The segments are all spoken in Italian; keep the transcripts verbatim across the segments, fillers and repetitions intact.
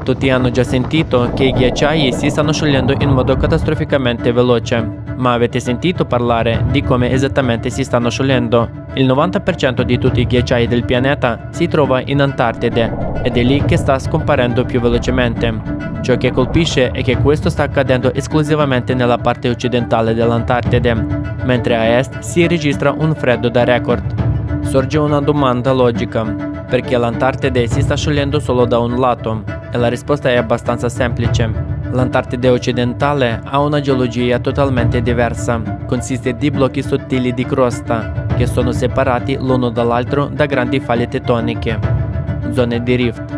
Tutti hanno già sentito che i ghiacciai si stanno sciogliendo in modo catastroficamente veloce. Ma avete sentito parlare di come esattamente si stanno sciogliendo? Il novanta per cento di tutti i ghiacciai del pianeta si trova in Antartide ed è lì che sta scomparendo più velocemente. Ciò che colpisce è che questo sta accadendo esclusivamente nella parte occidentale dell'Antartide, mentre a est si registra un freddo da record. Sorge una domanda logica: perché l'Antartide si sta sciogliendo solo da un lato? E la risposta è abbastanza semplice. L'Antartide occidentale ha una geologia totalmente diversa. Consiste di blocchi sottili di crosta che sono separati l'uno dall'altro da grandi falle tettoniche, zone di rift.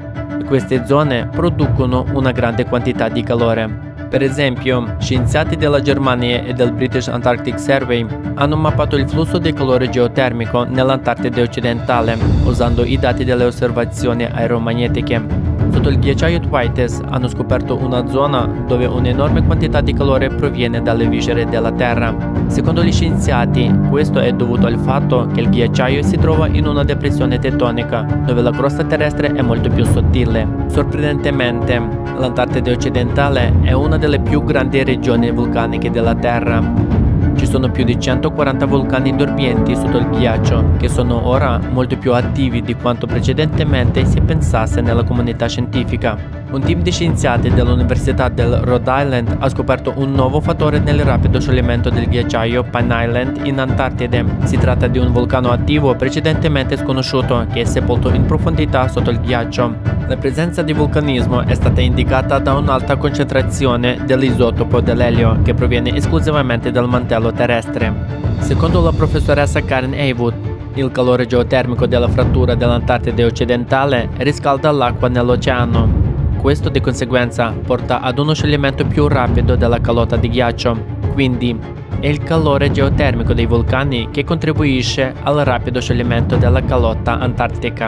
Queste zone producono una grande quantità di calore. Per esempio, scienziati della Germania e del British Antarctic Survey hanno mappato il flusso di calore geotermico nell'Antartide occidentale usando i dati delle osservazioni aeromagnetiche. Sotto il ghiacciaio Thwaites hanno scoperto una zona dove un'enorme quantità di calore proviene dalle viscere della Terra. Secondo gli scienziati, questo è dovuto al fatto che il ghiacciaio si trova in una depressione tettonica, dove la crosta terrestre è molto più sottile. Sorprendentemente, l'Antartide occidentale è una delle più grandi regioni vulcaniche della Terra. Ci sono più di centoquaranta vulcani dormienti sotto il ghiaccio, che sono ora molto più attivi di quanto precedentemente si pensasse nella comunità scientifica. Un team di scienziati dell'Università del Rhode Island ha scoperto un nuovo fattore nel rapido scioglimento del ghiacciaio Pine Island in Antartide. Si tratta di un vulcano attivo precedentemente sconosciuto che è sepolto in profondità sotto il ghiaccio. La presenza di vulcanismo è stata indicata da un'alta concentrazione dell'isotopo dell'elio che proviene esclusivamente dal mantello terrestre. Secondo la professoressa Karen Haywood, il calore geotermico della frattura dell'Antartide occidentale riscalda l'acqua nell'oceano. Questo di conseguenza porta ad uno scioglimento più rapido della calotta di ghiaccio. Quindi è il calore geotermico dei vulcani che contribuisce al rapido scioglimento della calotta antartica,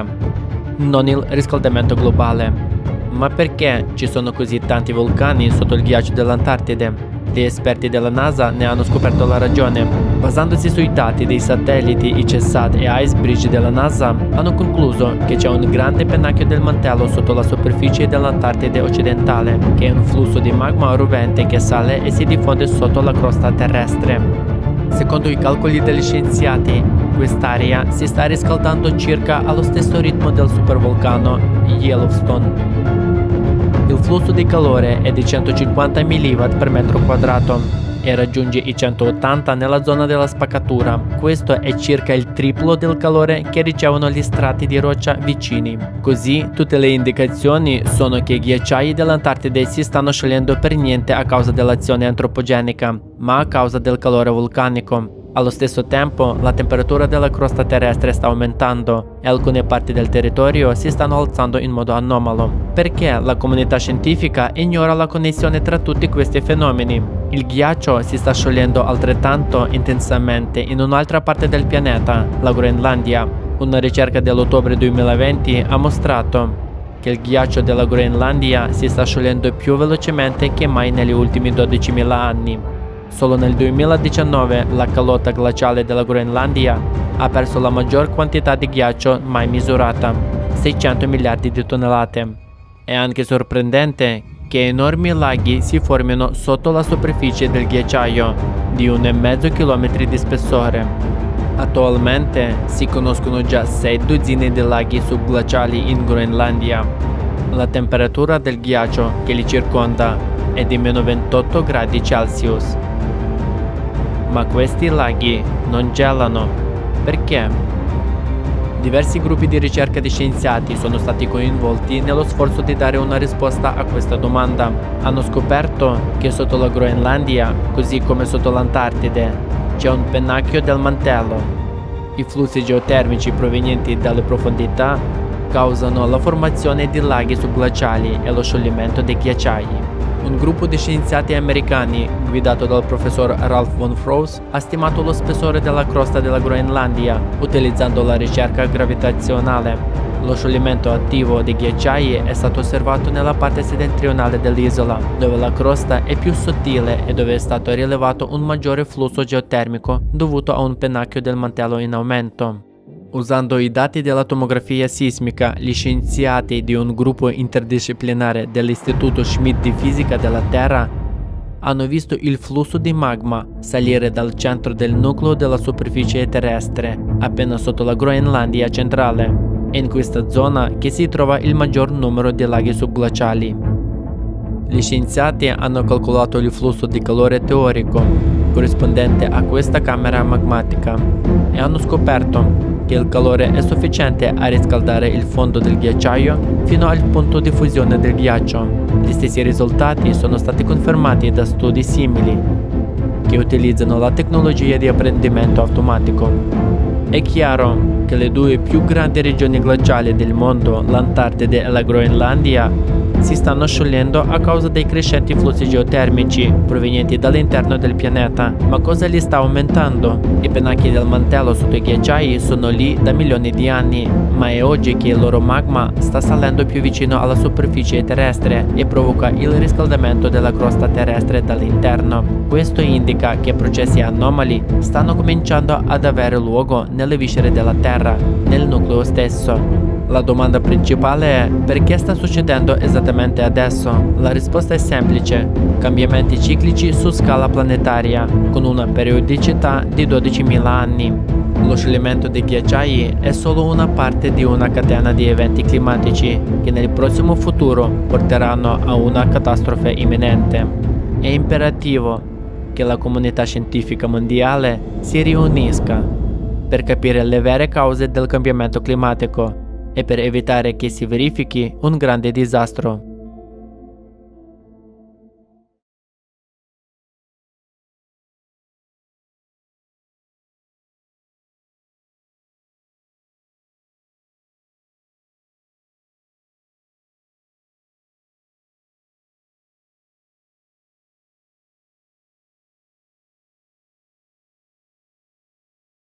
non il riscaldamento globale. Ma perché ci sono così tanti vulcani sotto il ghiaccio dell'Antartide? Gli esperti della NASA ne hanno scoperto la ragione. Basandosi sui dati dei satelliti I C E S A T e IceBridge della NASA, hanno concluso che c'è un grande pennacchio del mantello sotto la superficie dell'Antartide occidentale, che è un flusso di magma rovente che sale e si diffonde sotto la crosta terrestre. Secondo i calcoli degli scienziati, quest'area si sta riscaldando circa allo stesso ritmo del supervulcano Yellowstone. Il flusso di calore è di centocinquanta milliwatt per metro quadrato e raggiunge i centottanta nella zona della spaccatura. Questo è circa il triplo del calore che ricevono gli strati di roccia vicini. Così, tutte le indicazioni sono che i ghiacciai dell'Antartide si stanno sciogliendo per niente a causa dell'azione antropogenica, ma a causa del calore vulcanico. Allo stesso tempo, la temperatura della crosta terrestre sta aumentando e alcune parti del territorio si stanno alzando in modo anomalo, perché la comunità scientifica ignora la connessione tra tutti questi fenomeni. Il ghiaccio si sta sciogliendo altrettanto intensamente in un'altra parte del pianeta, la Groenlandia. Una ricerca dell'ottobre duemilaventi ha mostrato che il ghiaccio della Groenlandia si sta sciogliendo più velocemente che mai negli ultimi dodicimila anni. Solo nel duemiladiciannove la calotta glaciale della Groenlandia ha perso la maggior quantità di ghiaccio mai misurata, seicento miliardi di tonnellate. È anche sorprendente che enormi laghi si formino sotto la superficie del ghiacciaio, di uno e mezzo chilometri di spessore. Attualmente si conoscono già sei dozzine di laghi subglaciali in Groenlandia. La temperatura del ghiaccio che li circonda è di meno ventotto gradi Celsius. Ma questi laghi non gelano. Perché? Diversi gruppi di ricerca di scienziati sono stati coinvolti nello sforzo di dare una risposta a questa domanda. Hanno scoperto che sotto la Groenlandia, così come sotto l'Antartide, c'è un pennacchio del mantello. I flussi geotermici provenienti dalle profondità causano la formazione di laghi subglaciali e lo scioglimento dei ghiacciai. Un gruppo di scienziati americani, guidato dal professor Ralph von Froese, ha stimato lo spessore della crosta della Groenlandia utilizzando la ricerca gravitazionale. Lo scioglimento attivo dei ghiacciai è stato osservato nella parte settentrionale dell'isola, dove la crosta è più sottile e dove è stato rilevato un maggiore flusso geotermico dovuto a un pennacchio del mantello in aumento. Usando i dati della tomografia sismica, gli scienziati di un gruppo interdisciplinare dell'Istituto Schmidt di Fisica della Terra hanno visto il flusso di magma salire dal centro del nucleo della superficie terrestre, appena sotto la Groenlandia centrale. È in questa zona che si trova il maggior numero di laghi subglaciali. Gli scienziati hanno calcolato il flusso di calore teorico corrispondente a questa camera magmatica e hanno scoperto che il calore è sufficiente a riscaldare il fondo del ghiacciaio fino al punto di fusione del ghiaccio. Gli stessi risultati sono stati confermati da studi simili che utilizzano la tecnologia di apprendimento automatico. È chiaro che le due più grandi regioni glaciali del mondo, l'Antartide e la Groenlandia, si stanno sciogliendo a causa dei crescenti flussi geotermici provenienti dall'interno del pianeta. Ma cosa li sta aumentando? I pennacchi del mantello sotto i ghiacciai sono lì da milioni di anni, ma è oggi che il loro magma sta salendo più vicino alla superficie terrestre e provoca il riscaldamento della crosta terrestre dall'interno. Questo indica che processi anomali stanno cominciando ad avere luogo nelle viscere della Terra, nel nucleo stesso. La domanda principale è: perché sta succedendo esattamente adesso? La risposta è semplice: cambiamenti ciclici su scala planetaria, con una periodicità di dodicimila anni. Lo scioglimento dei ghiacciai è solo una parte di una catena di eventi climatici che nel prossimo futuro porteranno a una catastrofe imminente. È imperativo che la comunità scientifica mondiale si riunisca per capire le vere cause del cambiamento climatico e per evitare che si verifichi un grande disastro.